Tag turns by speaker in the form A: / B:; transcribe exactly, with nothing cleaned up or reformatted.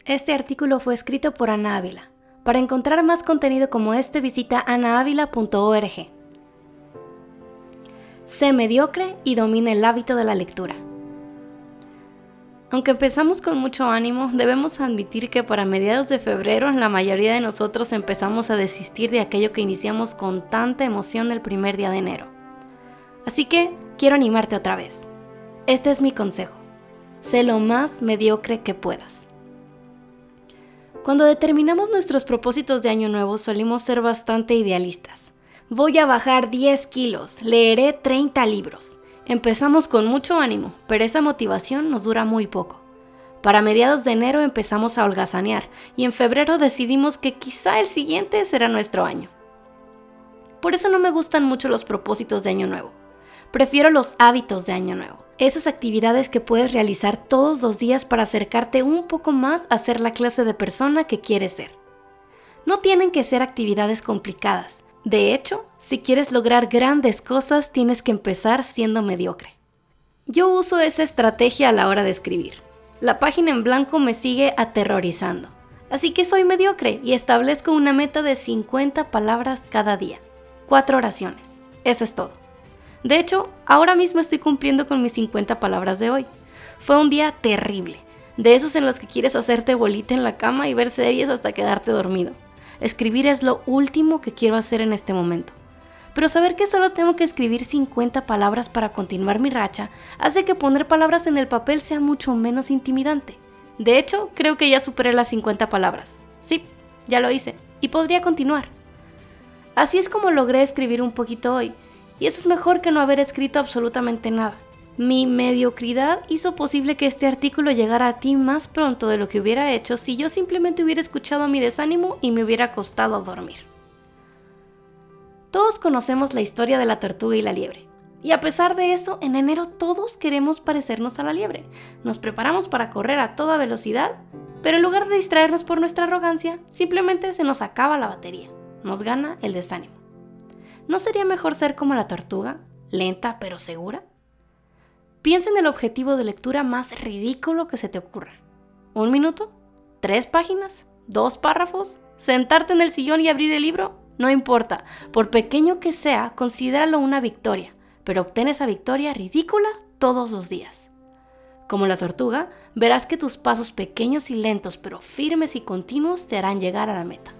A: Este artículo fue escrito por Ana Ávila. Para encontrar más contenido como este, visita ana ávila punto org. Sé mediocre y domina el hábito de la lectura. Aunque empezamos con mucho ánimo, debemos admitir que para mediados de febrero la mayoría de nosotros empezamos a desistir de aquello que iniciamos con tanta emoción el primer día de enero. Así que quiero animarte otra vez. Este es mi consejo. Sé lo más mediocre que puedas. Cuando determinamos nuestros propósitos de año nuevo, solimos ser bastante idealistas. Voy a bajar diez kilos, leeré treinta libros. Empezamos con mucho ánimo, pero esa motivación nos dura muy poco. Para mediados de enero empezamos a holgazanear y en febrero decidimos que quizá el siguiente será nuestro año. Por eso no me gustan mucho los propósitos de año nuevo. Prefiero los hábitos de año nuevo. Esas actividades que puedes realizar todos los días para acercarte un poco más a ser la clase de persona que quieres ser. No tienen que ser actividades complicadas. De hecho, si quieres lograr grandes cosas, tienes que empezar siendo mediocre. Yo uso esa estrategia a la hora de escribir. La página en blanco me sigue aterrorizando. Así que soy mediocre y establezco una meta de cincuenta palabras cada día. Cuatro oraciones. Eso es todo. De hecho, ahora mismo estoy cumpliendo con mis cincuenta palabras de hoy. Fue un día terrible, de esos en los que quieres hacerte bolita en la cama y ver series hasta quedarte dormido. Escribir es lo último que quiero hacer en este momento. Pero saber que solo tengo que escribir cincuenta palabras para continuar mi racha hace que poner palabras en el papel sea mucho menos intimidante. De hecho, creo que ya superé las cincuenta palabras. Sí, ya lo hice y podría continuar. Así es como logré escribir un poquito hoy. Y eso es mejor que no haber escrito absolutamente nada. Mi mediocridad hizo posible que este artículo llegara a ti más pronto de lo que hubiera hecho si yo simplemente hubiera escuchado mi desánimo y me hubiera acostado a dormir. Todos conocemos la historia de la tortuga y la liebre. Y a pesar de eso, en enero todos queremos parecernos a la liebre. Nos preparamos para correr a toda velocidad, pero en lugar de distraernos por nuestra arrogancia, simplemente se nos acaba la batería. Nos gana el desánimo. ¿No sería mejor ser como la tortuga, lenta pero segura? Piensa en el objetivo de lectura más ridículo que se te ocurra. ¿Un minuto? ¿Tres páginas? ¿Dos párrafos? ¿Sentarte en el sillón y abrir el libro? No importa, por pequeño que sea, considéralo una victoria, pero obtén esa victoria ridícula todos los días. Como la tortuga, verás que tus pasos pequeños y lentos, pero firmes y continuos te harán llegar a la meta.